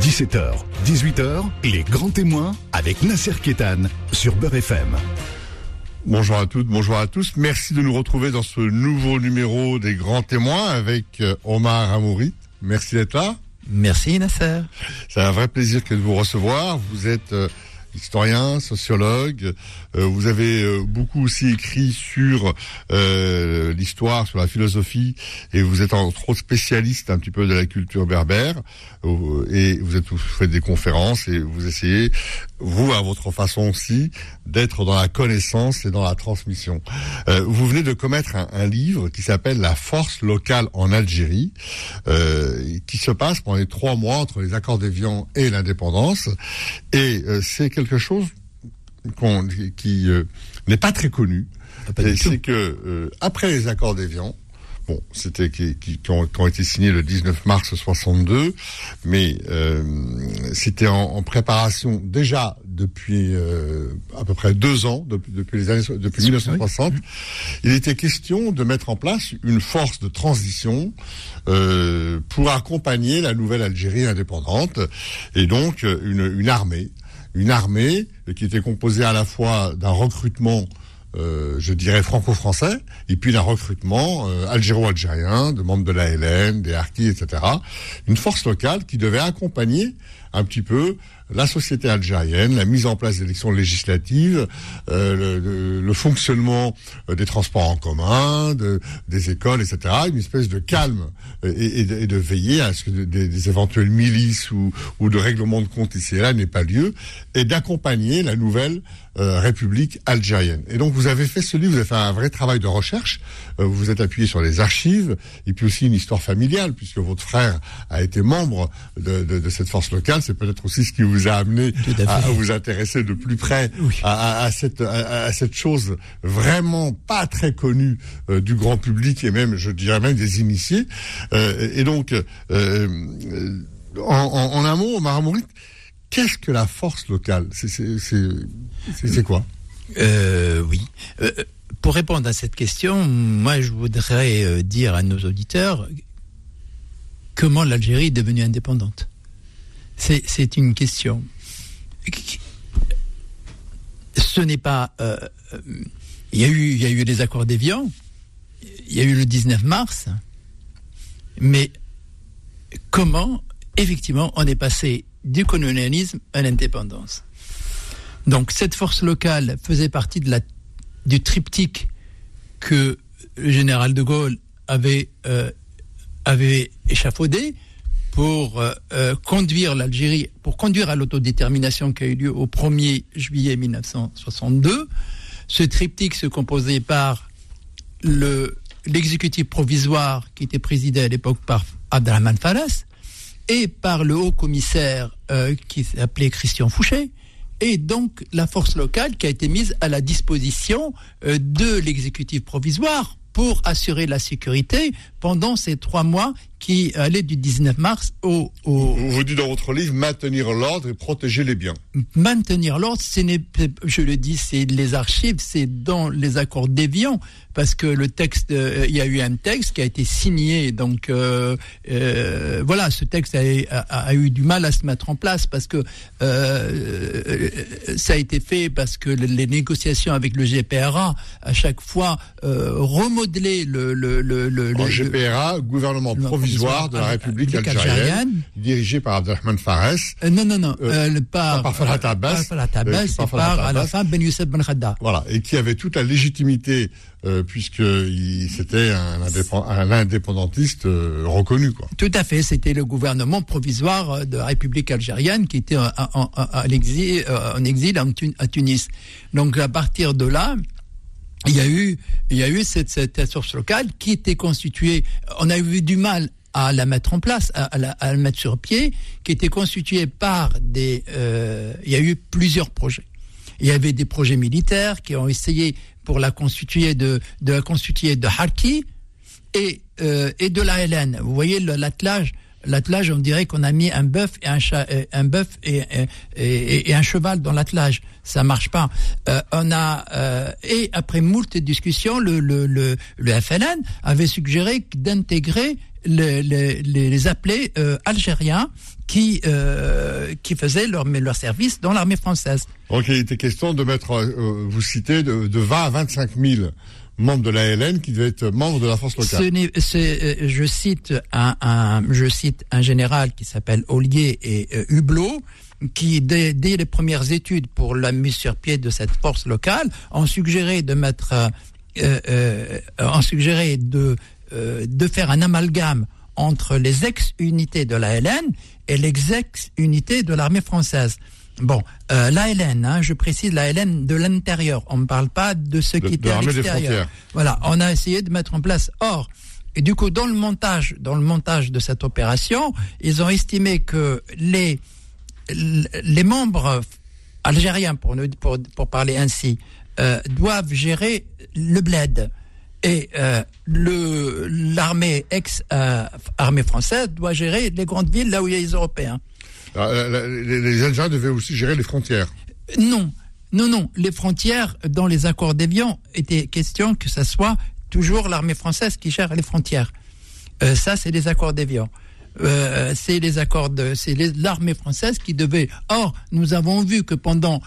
17h, 18h, les grands témoins avec Nasser Kétan sur Beurre FM. Bonjour à toutes, bonjour à tous. Merci de nous retrouver dans ce nouveau numéro des grands témoins avec Omar Amouri. Merci d'être là. Merci Nasser. C'est un vrai plaisir que de vous recevoir. Vous êtes historien, sociologue. Vous avez beaucoup aussi écrit sur l'histoire, sur la philosophie, et vous êtes entre autres spécialiste un petit peu de la culture berbère. Et vous faites des conférences et vous essayez, vous à votre façon aussi, d'être dans la connaissance et dans la transmission. Vous venez de commettre un livre qui s'appelle La force locale en Algérie, qui se passe pendant les 3 mois entre les accords d'Évian et l'indépendance. Et c'est quelque chose qui n'est pas très connu. C'est que après les accords d'Évian, qui ont été signés le 19 mars 62, mais c'était en préparation déjà depuis à peu près 2 ans, depuis 1960. Il était question de mettre en place une force de transition pour accompagner la nouvelle Algérie indépendante, et donc une armée qui était composée à la fois d'un recrutement je dirais franco-français, et puis d'un recrutement algéro-algérien, de membres de l'ALN, des harkis, etc. Une force locale qui devait accompagner un petit peu la société algérienne, la mise en place d'élections législatives, le fonctionnement des transports en commun, des écoles, etc. Une espèce de calme et de veiller à ce que des éventuelles milices ou de règlements de compte ici et là n'aient pas lieu, et d'accompagner la nouvelle République algérienne. Et donc vous avez fait ce livre, vous avez fait un vrai travail de recherche, vous vous êtes appuyé sur les archives, et puis aussi une histoire familiale, puisque votre frère a été membre de cette force locale. C'est peut-être aussi ce qui vous a amené à vous intéresser de plus près à cette chose vraiment pas très connue du grand public, et même, je dirais même, des initiés. Et donc, en un mot, Omar Amouri, qu'est-ce que la force locale ? C'est quoi ? Oui. Pour répondre à cette question, moi je voudrais dire à nos auditeurs comment l'Algérie est devenue indépendante. C'est une question. Ce n'est pas... Il y a eu les accords d'Évian, il y a eu le 19 mars, mais comment, effectivement, on est passé du colonialisme à l'indépendance. Donc cette force locale faisait partie du triptyque que le général de Gaulle avait échafaudé pour conduire l'Algérie, pour conduire à l'autodétermination qui a eu lieu au 1er juillet 1962. Ce triptyque se composait par l'exécutif provisoire qui était présidé à l'époque par Abdelrahman Fallas, et par le haut commissaire qui s'appelait Christian Fouché, et donc la force locale qui a été mise à la disposition de l'exécutif provisoire pour assurer la sécurité pendant ces 3 mois qui allaient du 19 mars au... Vous dites dans votre livre, maintenir l'ordre et protéger les biens. Maintenir l'ordre, je le dis, c'est les archives, c'est dans les accords d'Évian, parce que le texte, il y a eu un texte qui a été signé, donc voilà, ce texte a eu du mal à se mettre en place, parce que ça a été fait parce que les négociations avec le GPRA, à chaque fois, remodelaient le GPRA, gouvernement provisoire de la République algérienne, dirigé par Abdelrahman Fares. Par Farhat Abbas, et par à la fin Ben Youssef Ben Khadda. Voilà, et qui avait toute la légitimité puisque c'était un indépendantiste reconnu, quoi. Tout à fait, c'était le gouvernement provisoire de la République algérienne qui était en exil à Tunis. Donc à partir de là, il y a eu cette force locale qui était constituée. On a eu du mal à la mettre en place, à la mettre sur pied, qui était constituée par il y a eu plusieurs projets. Il y avait des projets militaires qui ont essayé pour la constituer de Harki et de la LN. Vous voyez l'attelage, on dirait qu'on a mis un bœuf et un cheval dans l'attelage. Ça marche pas. Et après moult discussions, le FLN avait suggéré d'intégrer les appelés algériens qui faisaient leur service dans l'armée française. Donc il était question de mettre, vous citez, de 20 à 25 000 membres de l'ALN qui devaient être membres de la force locale. Je cite un général qui s'appelle Ollier et Hublot, qui dès les premières études pour la mise sur pied de cette force locale ont suggéré de faire un amalgame entre les ex-unités de l'ALN et les ex-unités de l'armée française. Bon, l'ALN, je précise l'ALN de l'intérieur. On ne parle pas de ce qui était à l'extérieur. Voilà, on a essayé de mettre en place. Or, et du coup, dans le montage de cette opération, ils ont estimé que les membres algériens, pour parler ainsi, doivent gérer le bled. Et l'armée ex-armée française doit gérer les grandes villes là où il y a les Européens. Les Algériens devaient aussi gérer les frontières. Non. Les frontières, dans les accords d'Évian, était question que ça soit toujours l'armée française qui gère les frontières. Ça, c'est les accords d'Évian. C'est l'armée française qui devait. Or, nous avons vu que pendant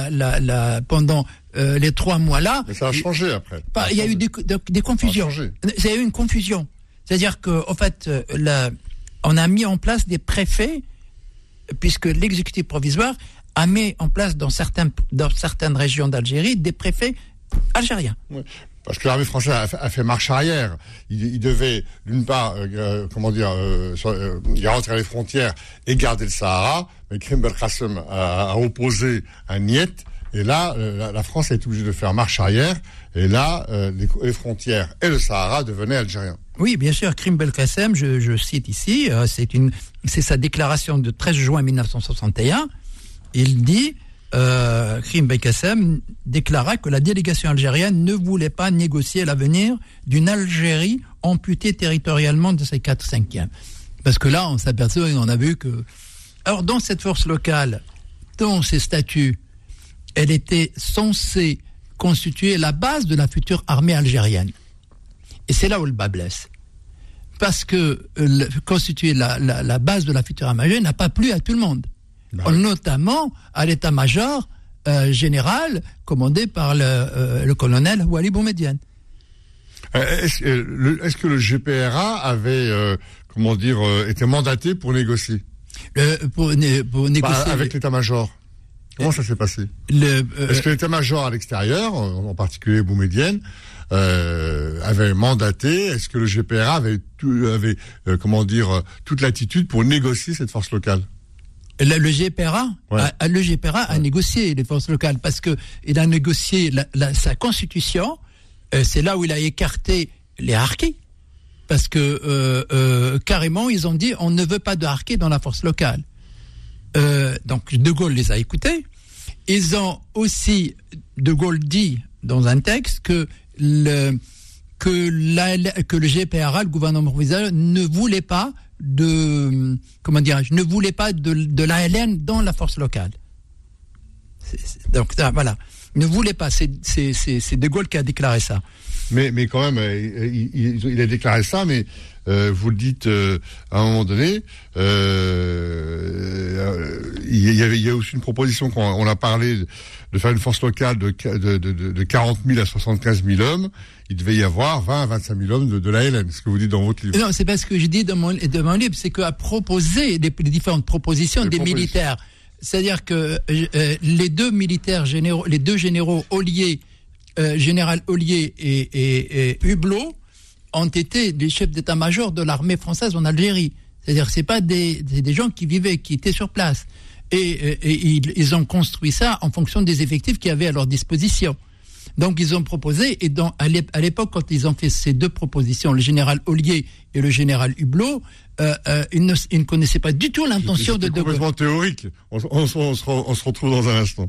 les 3 mois là. Mais ça a changé après. Il y a eu des confusions. Il y a eu une confusion. C'est-à-dire que, en fait, on a mis en place des préfets, puisque l'exécutif provisoire a mis en place dans certaines régions d'Algérie des préfets algériens. Oui. Parce que l'armée française a fait marche arrière. Il devait, d'une part, garantir les frontières et garder le Sahara. Mais Karim Belkacem a opposé un niet. Et là, la France a été obligée de faire marche arrière. Et là, les frontières et le Sahara devenaient algériens. Oui, bien sûr. Karim Belkacem, je cite ici, c'est sa déclaration de 13 juin 1961. Il dit... Karim Belkacem déclara que la délégation algérienne ne voulait pas négocier l'avenir d'une Algérie amputée territorialement de ses 4/5. Parce que là, on s'aperçoit et on a vu que... Alors, dans cette force locale, dans ses statuts, elle était censée constituer la base de la future armée algérienne. Et c'est là où le bas blesse. Parce que constituer la base de la future armée algérienne n'a pas plu à tout le monde. Notamment à l'état-major général commandé par le colonel Ouali Boumedienne. Est-ce que le GPRA avait, été mandaté pour négocier pour négocier avec l'état-major? Comment ça s'est passé? Est-ce que l'état-major à l'extérieur, en particulier Boumedienne, avait mandaté? Est-ce que le GPRA avait toute l'attitude pour négocier cette force locale? Le GPRA, ouais. Le GPRA a négocié les forces locales parce que il a négocié sa constitution. C'est là où il a écarté les harkis parce que carrément ils ont dit on ne veut pas de harkis dans la force locale. Donc De Gaulle les a écoutés. Ils ont aussi De Gaulle dit dans un texte que le GPRA, le gouvernement provisoire, ne voulait pas de l'ALN dans la force locale. Donc voilà, ne voulait pas. C'est De Gaulle qui a déclaré ça. Mais quand même, il a déclaré ça, mais vous le dites à un moment donné. Il y a aussi une proposition on a parlé de faire une force locale de 40 000 à 75 000 hommes. Il devait y avoir 20 à 25 000 hommes de l'ALN, ce que vous dites dans votre livre. Non, c'est pas ce que je dis dans mon livre, c'est qu'à proposer les différentes propositions des militaires. C'est-à-dire que les deux généraux Ollier, général Ollier et Hublot ont été des chefs d'état-major de l'armée française en Algérie. C'est-à-dire que c'est pas des gens qui étaient sur place. Et ils ont construit ça en fonction des effectifs qu'ils avaient à leur disposition. Donc ils ont proposé, et à l'époque, quand ils ont fait ces deux propositions, le général Ollier et le général Hublot, ils ne connaissaient pas du tout l'intention de De Gaulle. C'est complètement théorique. On se retrouve dans un instant.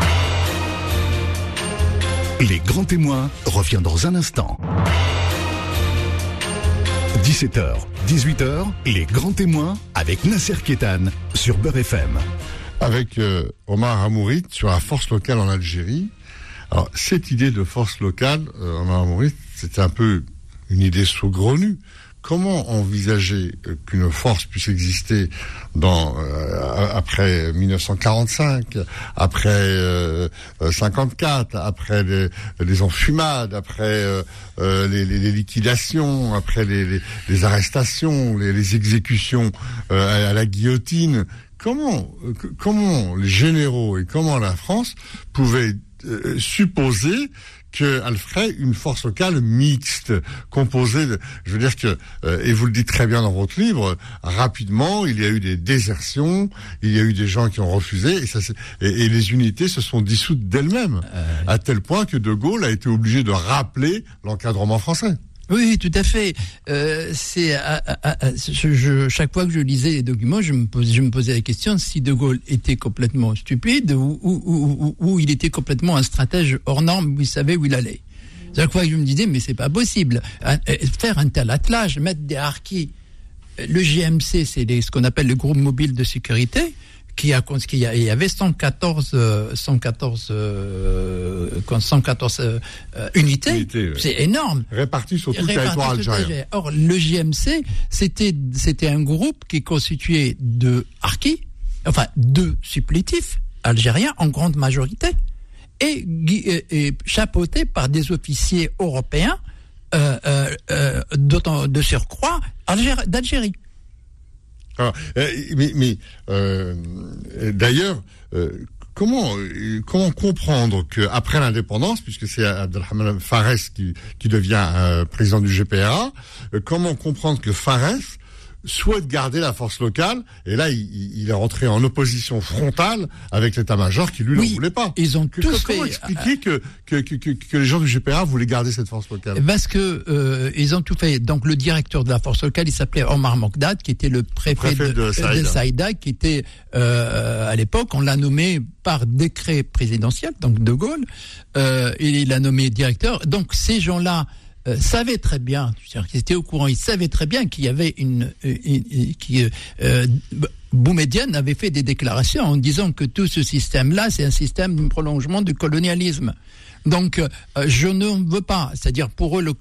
Les grands témoins revient dans un instant. 17h, 18h, les grands témoins avec Nasser Kétan sur Beurre FM. Avec Omar Hamourit sur la force locale en Algérie. Alors, cette idée de force locale, Omar Hamourit, c'était un peu une idée saugrenue. comment envisager qu'une force puisse exister après 1945, après 54, après les enfumades, après les liquidations, après les arrestations, les exécutions à la guillotine. Comment les généraux et comment la France pouvaient supposer qu'elle ferait une force locale mixte, composée de... Je veux dire que, et vous le dites très bien dans votre livre, rapidement, il y a eu des désertions, il y a eu des gens qui ont refusé, et les unités se sont dissoutes d'elles-mêmes, à tel point que De Gaulle a été obligé de rappeler l'encadrement français. Oui, tout à fait. Chaque fois que je lisais les documents, je me posais la question si De Gaulle était complètement stupide ou il était complètement un stratège hors norme, où il savait où il allait. Chaque fois que je me disais, mais c'est pas possible. Faire un tel attelage, mettre des harkis. Le GMC, c'est ce qu'on appelle le groupe mobile de sécurité. Il y avait 114 unités. Ouais. C'est énorme. Réparties sur tout le territoire algérien. Or, le GMC, c'était un groupe qui est constitué de harkis, enfin, de supplétifs algériens en grande majorité, et chapeauté par des officiers européens, de surcroît, d'Algérie. Alors, d'ailleurs, comment comprendre qu'après l'indépendance, puisque c'est Abdelrahman Farès qui devient président du GPRA, comment comprendre que Farès souhaite garder la force locale, et là il est rentré en opposition frontale avec l'état-major qui lui n'en voulait pas. Ils ont tout fait. Comment expliquer que les gens du GPRA voulaient garder cette force locale? Parce que ils ont tout fait. Donc le directeur de la force locale, il s'appelait Omar Mokdad, qui était le préfet de Saïda, qui était à l'époque, on l'a nommé par décret présidentiel, donc De Gaulle, il l'a nommé directeur. Donc ces gens-là savaient très bien, c'est-à-dire qu'ils étaient au courant, ils savaient très bien qu'il y avait Boumedienne avait fait des déclarations en disant que tout ce système-là, c'est un système de prolongement du colonialisme. Donc, je ne veux pas, c'est-à-dire pour eux,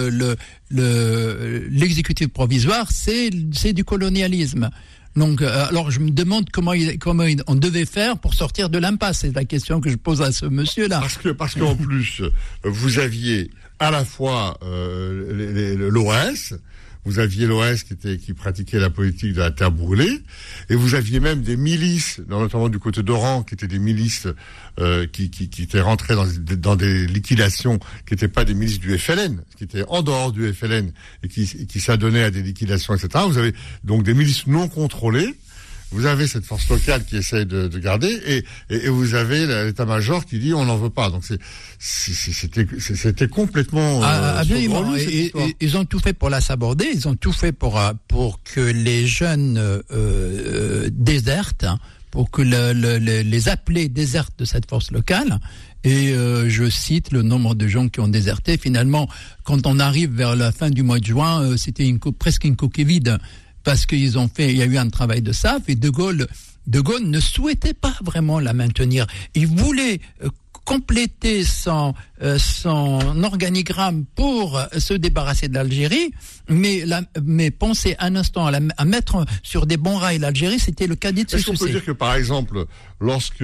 l'exécutif provisoire, c'est du colonialisme. Donc, alors je me demande comment on devait faire pour sortir de l'impasse. C'est la question que je pose à ce monsieur-là. Parce qu'en plus, vous aviez à la fois l'OS, vous aviez l'OS qui pratiquait la politique de la terre brûlée, et vous aviez même des milices, notamment du côté d'Oran, qui étaient des milices qui étaient rentrées dans des liquidations qui n'étaient pas des milices du FLN, qui étaient en dehors du FLN et qui s'adonnaient à des liquidations, etc. Vous avez donc des milices non contrôlées. Vous avez cette force locale qui essaye de garder, et vous avez l'état-major qui dit on n'en veut pas. Donc c'était complètement absolument. Et ils ont tout fait pour la saborder. Ils ont tout fait pour que les jeunes désertent, pour que les appelés désertent de cette force locale. Et je cite le nombre de gens qui ont déserté. Finalement, quand on arrive vers la fin du mois de juin, c'était presque une coquille vide. Parce il y a eu un travail de SAF, et De Gaulle ne souhaitait pas vraiment la maintenir. Il voulait compléter son organigramme pour se débarrasser de l'Algérie, mais penser un instant à mettre sur des bons rails l'Algérie, c'était le cadet de ce souci. Est-ce qu'on peut dire que, par exemple, lorsque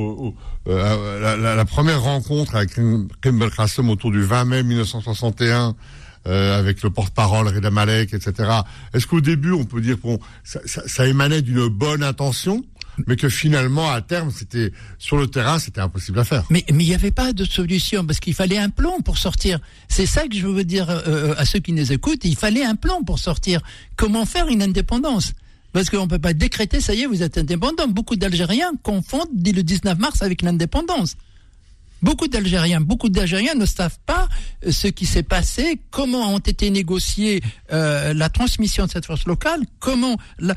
la première rencontre avec Karim Belkacem autour du 20 mai 1961, avec le porte-parole Reda Malek, etc. Est-ce qu'au début, on peut dire ça émanait d'une bonne intention, mais que finalement, à terme, sur le terrain, c'était impossible à faire? Mais il n'y avait pas de solution, parce qu'il fallait un plan pour sortir. C'est ça que je veux dire à ceux qui nous écoutent. Il fallait un plan pour sortir. Comment faire une indépendance? Parce qu'on ne peut pas décréter, ça y est, vous êtes indépendant. Beaucoup d'Algériens confondent le 19 mars avec l'indépendance. Beaucoup d'Algériens ne savent pas ce qui s'est passé, comment ont été négociées la transmission de cette force locale, comment la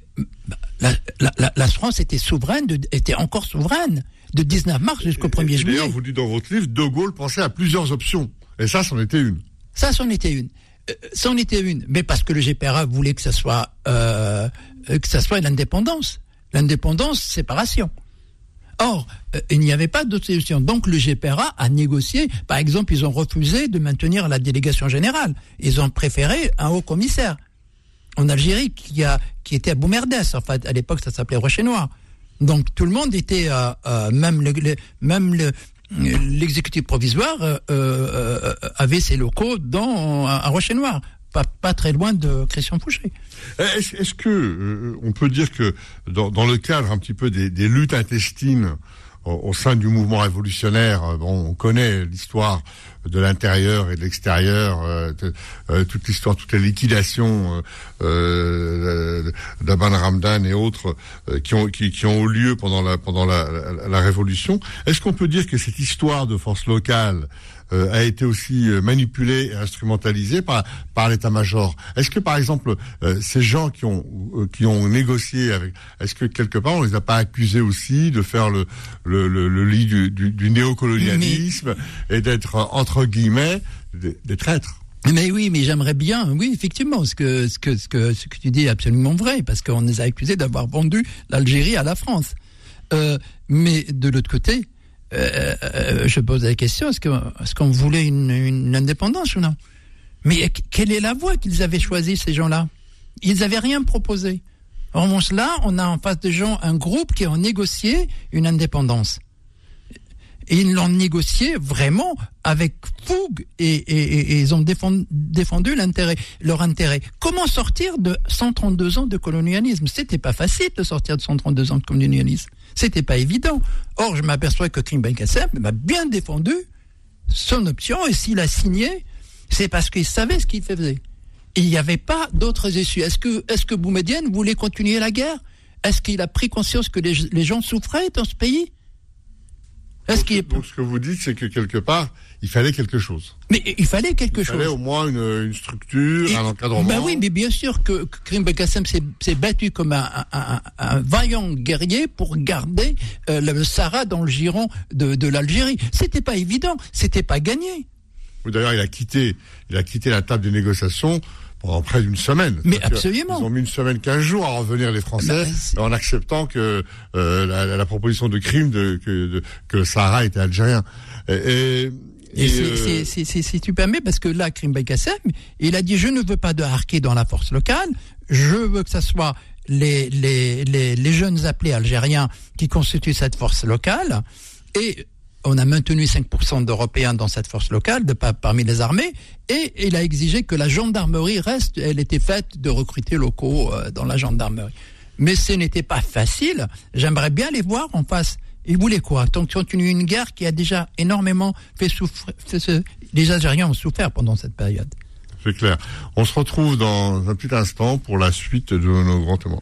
France était encore souveraine de 19 mars jusqu'au 1er juillet. D'ailleurs, vous dites dans votre livre, De Gaulle pensait à plusieurs options, et ça, c'en était une. C'en était une, mais parce que le GPRA voulait que ça soit l'indépendance, séparation. Or, il n'y avait pas d'autre solution. Donc, le GPRA a négocié. Par exemple, ils ont refusé de maintenir la délégation générale. Ils ont préféré un haut commissaire en Algérie qui était à Boumerdès. Enfin, à l'époque, ça s'appelait Rocher-Noir. Donc, tout le monde était, même l'exécutif provisoire avait ses locaux à Rocher-Noir. Pas très loin de Christian Fouché. Est-ce que on peut dire que dans le cadre un petit peu des luttes intestines au sein du mouvement révolutionnaire, on connaît l'histoire de l'intérieur et de l'extérieur, toute l'histoire, toutes les liquidations d'Aban Ramdan et autres qui ont eu lieu pendant la révolution. Est-ce qu'on peut dire que cette histoire de force locale a été aussi manipulé et instrumentalisé par l'état-major? Est-ce que, par exemple, ces gens qui ont négocié avec, est-ce que quelque part on les a pas accusés aussi de faire le lit du néocolonialisme et d'être entre guillemets des traîtres? Mais oui, mais j'aimerais bien, oui, effectivement, ce que tu dis est absolument vrai, parce qu'on les a accusés d'avoir vendu l'Algérie à la France. Mais de l'autre côté, je pose la question, est-ce qu'on voulait une indépendance ou non? Mais quelle est la voie qu'ils avaient choisie, ces gens-là? Ils n'avaient rien proposé. En revanche, là, on a en face de gens un groupe qui ont négocié une indépendance. Et ils l'ont négocié vraiment avec fougue et ils ont défendu leur intérêt. Comment sortir de 132 ans de colonialisme? C'était pas facile de sortir de 132 ans de colonialisme. C'était pas évident. Or, je m'aperçois que Karim Ben Qassem m'a bien défendu son option et s'il a signé, c'est parce qu'il savait ce qu'il faisait. Et il n'y avait pas d'autres issues. Est-ce que Boumedienne voulait continuer la guerre? Est-ce qu'il a pris conscience que les gens souffraient dans ce pays? Donc ce que vous dites, c'est que quelque part, il fallait quelque chose. Mais il fallait quelque chose. Il fallait au moins une structure, un encadrement. Ben oui, mais bien sûr que Karim Ben Qassem s'est battu comme un vaillant guerrier pour garder le Sahara dans le giron de l'Algérie. C'était pas évident, c'était pas gagné. D'ailleurs, il a quitté la table des négociations pendant près d'une semaine. Mais absolument. Ils ont mis une semaine, 15 jours à revenir, les Français, en acceptant que la proposition de crime que le Sahara était algérien. Si tu permets, parce que là, Karim Ben Qassem, il a dit, je ne veux pas de harkis dans la force locale, je veux que ça soit les jeunes appelés algériens qui constituent cette force locale, et on a maintenu 5% d'Européens dans cette force locale, parmi les armées, et il a exigé que la gendarmerie reste, elle était faite de recruter locaux dans la gendarmerie. Mais ce n'était pas facile, j'aimerais bien les voir en face. Ils voulaient quoi? Tant qu'ils continuent une guerre qui a déjà énormément fait souffrir, les Algériens ont souffert pendant cette période. C'est clair. On se retrouve dans un petit instant pour la suite de nos grands témoins.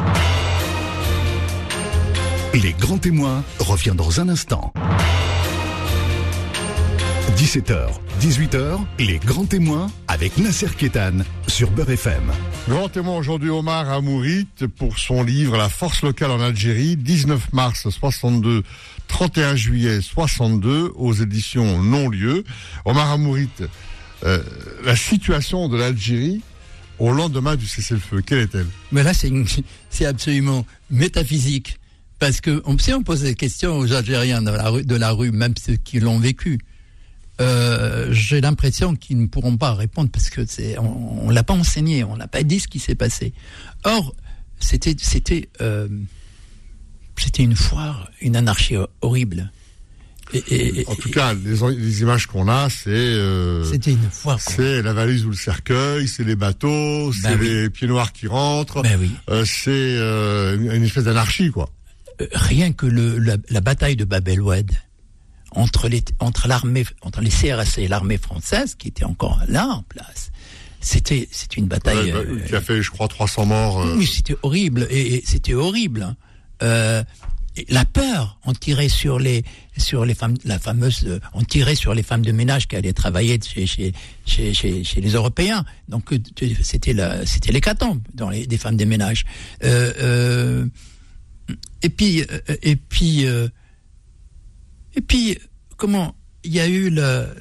Les grands témoins revient dans un instant. 17h, 18h, les grands témoins avec Nasser Kétane sur Beurre FM. Grand témoin aujourd'hui, Omar Hamourit, pour son livre La force locale en Algérie, 19 mars 62, 31 juillet 62, aux éditions Non-Lieu. Omar Hamourit, la situation de l'Algérie au lendemain du cessez-le-feu, quelle est-elle? Mais là, c'est absolument métaphysique. Parce que si on pose des questions aux Algériens de la rue, même ceux qui l'ont vécu, j'ai l'impression qu'ils ne pourront pas répondre parce que on l'a pas enseigné, on n'a pas dit ce qui s'est passé. Or, c'était une foire, une anarchie horrible. En tout cas, les images qu'on a, c'était une foire. C'est la valise ou le cercueil, c'est les bateaux, c'est les pieds noirs qui rentrent. C'est une espèce d'anarchie, quoi. Rien que la bataille de Bab el-Oued entre les CRS et l'armée française qui était encore là en place, c'était une bataille qui a fait, je crois, 300 morts. Oui, c'était horrible et c'était horrible. La peur, on tirait sur les femmes, on tirait sur les femmes de ménage qui allaient travailler chez les Européens. Donc c'était l'hécatombe dans des femmes de ménage. Et puis, comment il y a eu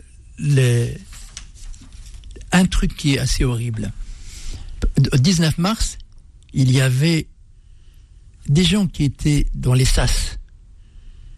un truc qui est assez horrible. Au 19 mars, il y avait des gens qui étaient dans les sas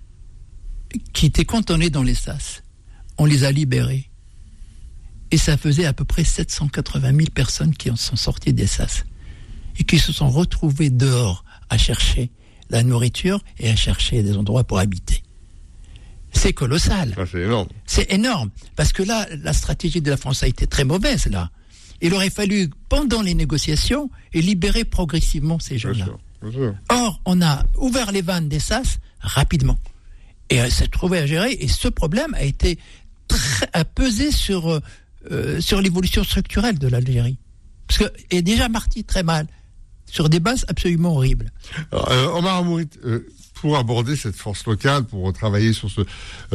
qui étaient cantonnés dans les sas. On les a libérés. Et ça faisait à peu près 780 000 personnes qui en sont sorties des sas et qui se sont retrouvées dehors à chercher la nourriture et à chercher des endroits pour habiter. C'est colossal. Ça, c'est énorme. C'est énorme. Parce que là, la stratégie de la France a été très mauvaise, là. Il aurait fallu, pendant les négociations, libérer progressivement ces gens-là. Bien sûr. Or, on a ouvert les vannes des sas rapidement. Et elle s'est trouvée à gérer. Et ce problème a pesé sur l'évolution structurelle de l'Algérie. Parce qu'elle est déjà partie très mal, sur des bases absolument horribles. Alors, Omar Amourit, pour aborder cette force locale, pour travailler sur ce...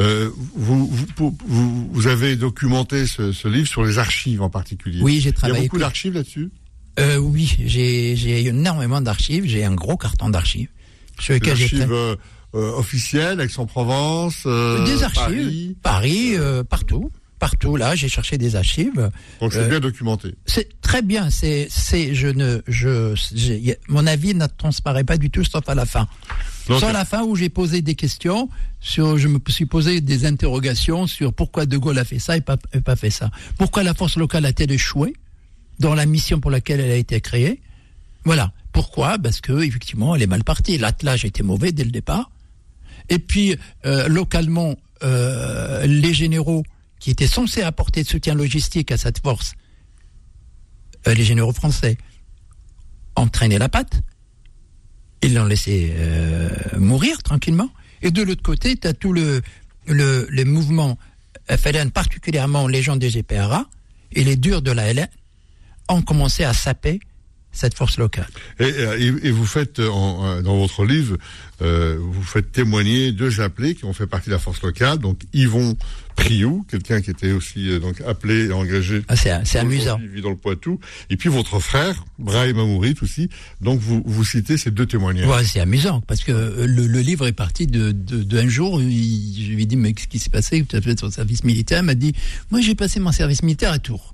vous avez documenté ce livre sur les archives en particulier. Oui, j'ai travaillé. Il y a beaucoup d'archives là-dessus ? Oui, j'ai énormément d'archives. J'ai un gros carton d'archives. Sur lesquels j'ai officielles, Aix-en-Provence, des archives, Paris, partout. Partout, là, j'ai cherché des archives. Donc c'est bien documenté. C'est très bien. Mon avis ne transparaît pas du tout, sauf à la fin. Donc, sur la fin où j'ai posé des questions, je me suis posé des interrogations sur pourquoi De Gaulle a fait ça et pas fait ça. Pourquoi la force locale a-t-elle échoué dans la mission pour laquelle elle a été créée? Voilà. Pourquoi? Parce que effectivement, elle est mal partie. L'attelage était mauvais dès le départ. Et puis localement, les généraux qui étaient censés apporter de soutien logistique à cette force, les généraux français, ont traîné la patte. Ils l'ont laissé mourir tranquillement. Et de l'autre côté, tu as tout le mouvement FLN, particulièrement les gens des GPRA et les durs de la LN, ont commencé à saper cette force locale. Et vous faites, dans votre livre, vous faites témoigner deux appelés qui ont fait partie de la force locale, donc Yvon Priou, quelqu'un qui était aussi donc appelé et engagé. Ah, c'est amusant. Il vit dans le Poitou. Et puis votre frère, Brahim Amourit aussi. Donc vous citez ces deux témoignages. Ouais, c'est amusant, parce que le livre est parti d'un jour, je lui ai dit, mais qu'est-ce qui s'est passé? Tu as fait ton service militaire? Il m'a dit, moi j'ai passé mon service militaire à Tours.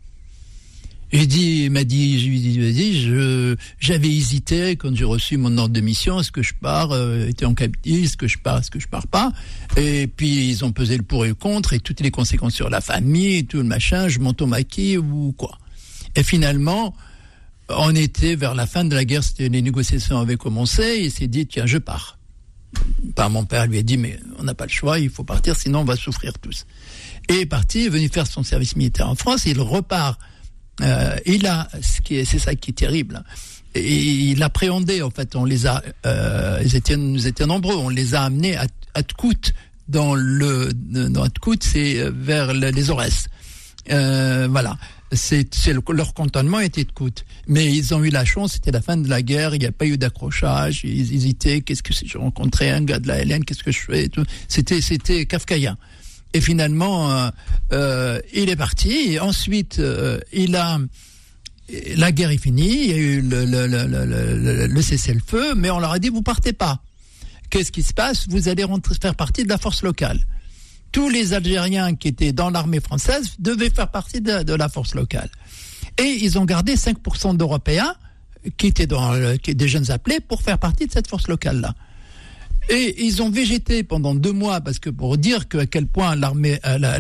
J'avais hésité quand j'ai reçu mon ordre de mission, est-ce que je pars, était en captif, est-ce que je pars pas? Et puis ils ont pesé le pour et le contre et toutes les conséquences sur la famille et tout le machin, je monte au maquis ou quoi. Et finalement, on était vers la fin de la guerre, les négociations avaient commencé, il s'est dit, tiens, je pars. Mon père lui a dit, mais on n'a pas le choix, il faut partir, sinon on va souffrir tous. Et il est parti, il est venu faire son service militaire en France, et il repart. C'est ça qui est terrible. Et il appréhendait, en fait, nous étions nombreux, on les a amenés à Tkout, dans Tkout, c'est vers les Aurès. Voilà. Leur cantonnement était Tkout. Mais ils ont eu la chance, c'était la fin de la guerre, il n'y a pas eu d'accrochage, ils hésitaient, qu'est-ce que c'est, je rencontrais un gars de la LN, qu'est-ce que je fais, et tout. C'était kafkaïen. Et finalement, il est parti. Et ensuite, la guerre est finie. Il y a eu le cessez-le-feu, mais on leur a dit vous partez pas. Qu'est-ce qui se passe? Vous allez faire partie de la force locale. Tous les Algériens qui étaient dans l'armée française devaient faire partie de la force locale. Et ils ont gardé 5% d'Européens qui étaient des jeunes appelés pour faire partie de cette force locale-là. Et ils ont végété pendant 2 mois, parce que pour dire à quel point l'armée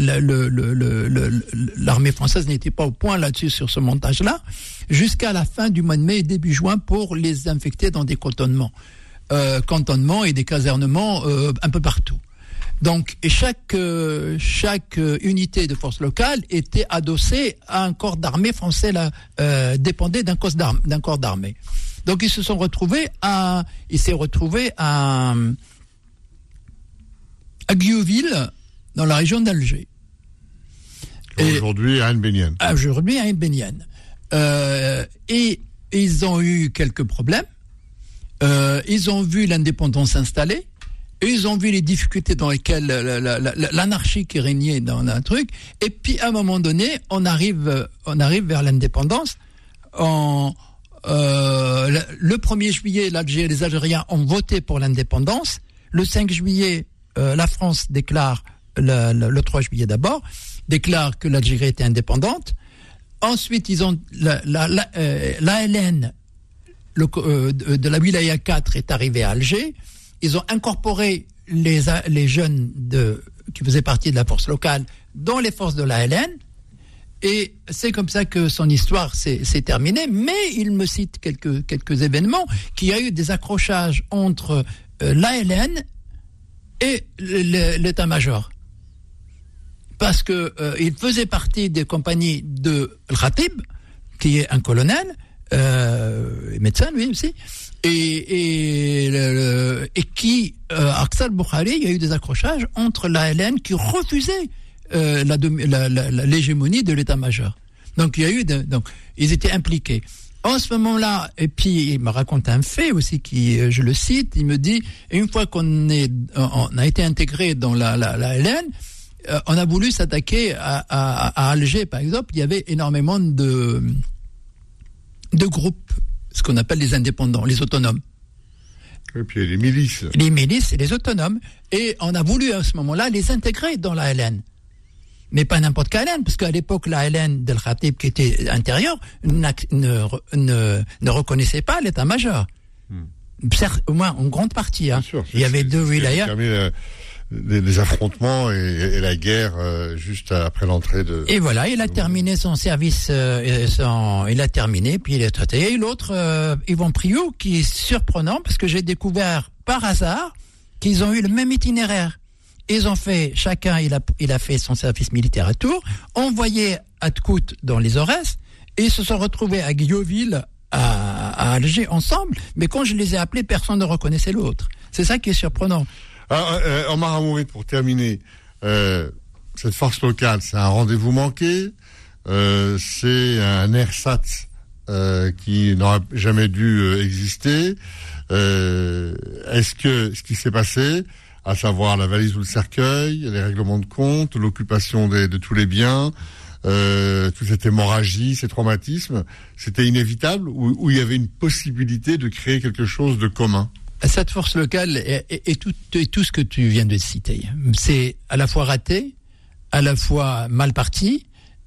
française n'était pas au point là-dessus, sur ce montage-là, jusqu'à la fin du mois de mai et début juin pour les infecter dans des cantonnements et des casernements un peu partout. Donc, et chaque unité de force locale était adossée à un corps d'armée français, dépendait d'un corps d'armée. Donc il s'est retrouvé à Guyouville, dans la région d'Alger. Aujourd'hui à Ain Béniane. Aujourd'hui à Ain Béniane. Et ils ont eu quelques problèmes. Ils ont vu l'indépendance s'installer. Et ils ont vu les difficultés dans lesquelles l'anarchie qui régnait dans un truc. Et puis à un moment donné, on arrive vers l'indépendance. Le 1er juillet, les Algériens ont voté pour l'indépendance. Le 5 juillet, la France déclare, le 3 juillet d'abord, déclare que l'Algérie était indépendante. Ensuite, ils ont l'ALN de la Wilaya 4 est arrivée à Alger. Ils ont incorporé les jeunes qui faisaient partie de la force locale dans les forces de l'ALN. Et c'est comme ça que son histoire s'est terminée. Mais il me cite quelques événements, qu'il y a eu des accrochages entre l'ALN et l'état-major. Parce que il faisait partie des compagnies de Khatib, qui est un colonel, médecin lui aussi, et qui, Aksal Boukhari, il y a eu des accrochages entre l'ALN qui refusait l'hégémonie de l'état-major. Donc il y a eu, donc ils étaient impliqués. En ce moment-là, et puis il me raconte un fait aussi qui, je le cite, il me dit, une fois qu'on a été intégré dans l'ALN, on a voulu s'attaquer à Alger, par exemple. Il y avait énormément de groupes, ce qu'on appelle les indépendants, les autonomes. Et puis les milices. Les milices et les autonomes. Et on a voulu à ce moment-là les intégrer dans l'ALN. Mais pas n'importe quelle ALN, parce qu'à l'époque, l'ALN d'El Khatib, qui était intérieure, ne reconnaissait pas l'état-major. Certes, au moins en grande partie. Hein. Sûr, il y avait deux wilayas. Les affrontements et la guerre juste après l'entrée de... Et voilà, il a terminé son service, il a terminé, puis il est traité. Et l'autre, Yvan Priou, qui est surprenant, parce que j'ai découvert par hasard qu'ils ont eu le même itinéraire. Ils ont fait, chacun, il a fait son service militaire à Tours, envoyé à Tkout dans les Aurès, et ils se sont retrouvés à Guilloville, à Alger, ensemble. Mais quand je les ai appelés, personne ne reconnaissait l'autre. C'est ça qui est surprenant. Omar Amourit, pour terminer, cette force locale, c'est un rendez-vous manqué, c'est un ersatz qui n'aurait jamais dû exister. Est-ce que ce qui s'est passé, à savoir la valise ou le cercueil, les règlements de compte, l'occupation de tous les biens, toute cette hémorragie, ces traumatismes, c'était inévitable ou il y avait une possibilité de créer quelque chose de commun? Cette force locale et tout ce que tu viens de citer, c'est à la fois raté, à la fois mal parti,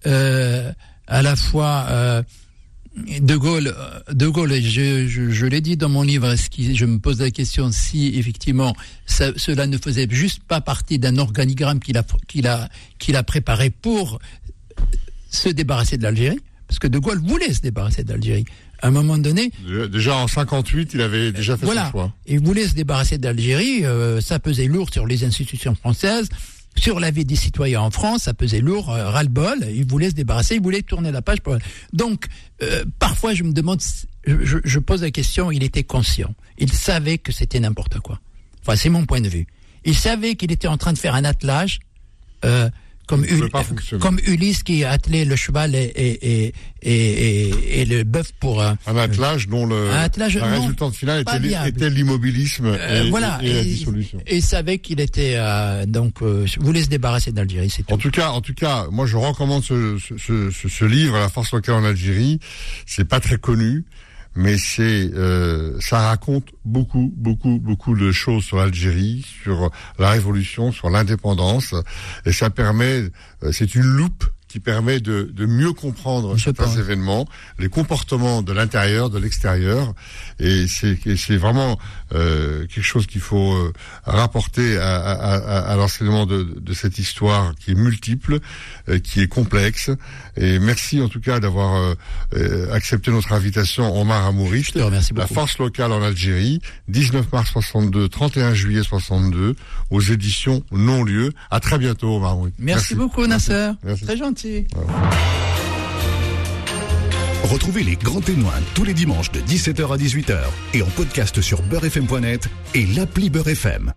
à la fois De Gaulle, je l'ai dit dans mon livre, je me pose la question si effectivement cela ne faisait juste pas partie d'un organigramme qu'il a préparé pour se débarrasser de l'Algérie, parce que De Gaulle voulait se débarrasser de l'Algérie. À un moment donné... Déjà en 58, il avait déjà fait son choix. Il voulait se débarrasser d'Algérie, ça pesait lourd sur les institutions françaises, sur la vie des citoyens en France, ça pesait lourd, ras-le-bol, il voulait se débarrasser, il voulait tourner la page. Donc, parfois je me demande, je pose la question, il était conscient, il savait que c'était n'importe quoi. Enfin, c'est mon point de vue. Il savait qu'il était en train de faire un attelage, comme Ulysse qui attelait le cheval et le bœuf pour un attelage dont la résultante finale était l'immobilisme et la dissolution. Et il savait qu'il était voulait se débarrasser d'Algérie, c'est tout. En tout cas, moi je recommande ce livre, La force locale en Algérie. C'est pas très connu, mais ça raconte beaucoup de choses sur l'Algérie, sur la révolution, sur l'indépendance, et ça permet, c'est une loupe qui permet de mieux comprendre certains événements, les comportements de l'intérieur, de l'extérieur, et c'est vraiment quelque chose qu'il faut rapporter à l'enseignement de cette histoire qui est multiple, qui est complexe. Et merci en tout cas d'avoir accepté notre invitation, Omar Amourit. Je te remercie beaucoup. La force locale en Algérie, 19 mars 62, 31 juillet 62, aux éditions Non-Lieu. À très bientôt, Omar Amourit. Merci beaucoup, Nasser. Merci. Très gentil. Retrouvez les grands témoins tous les dimanches de 17h à 18h et en podcast sur beurrefm.net et l'appli Beurre FM.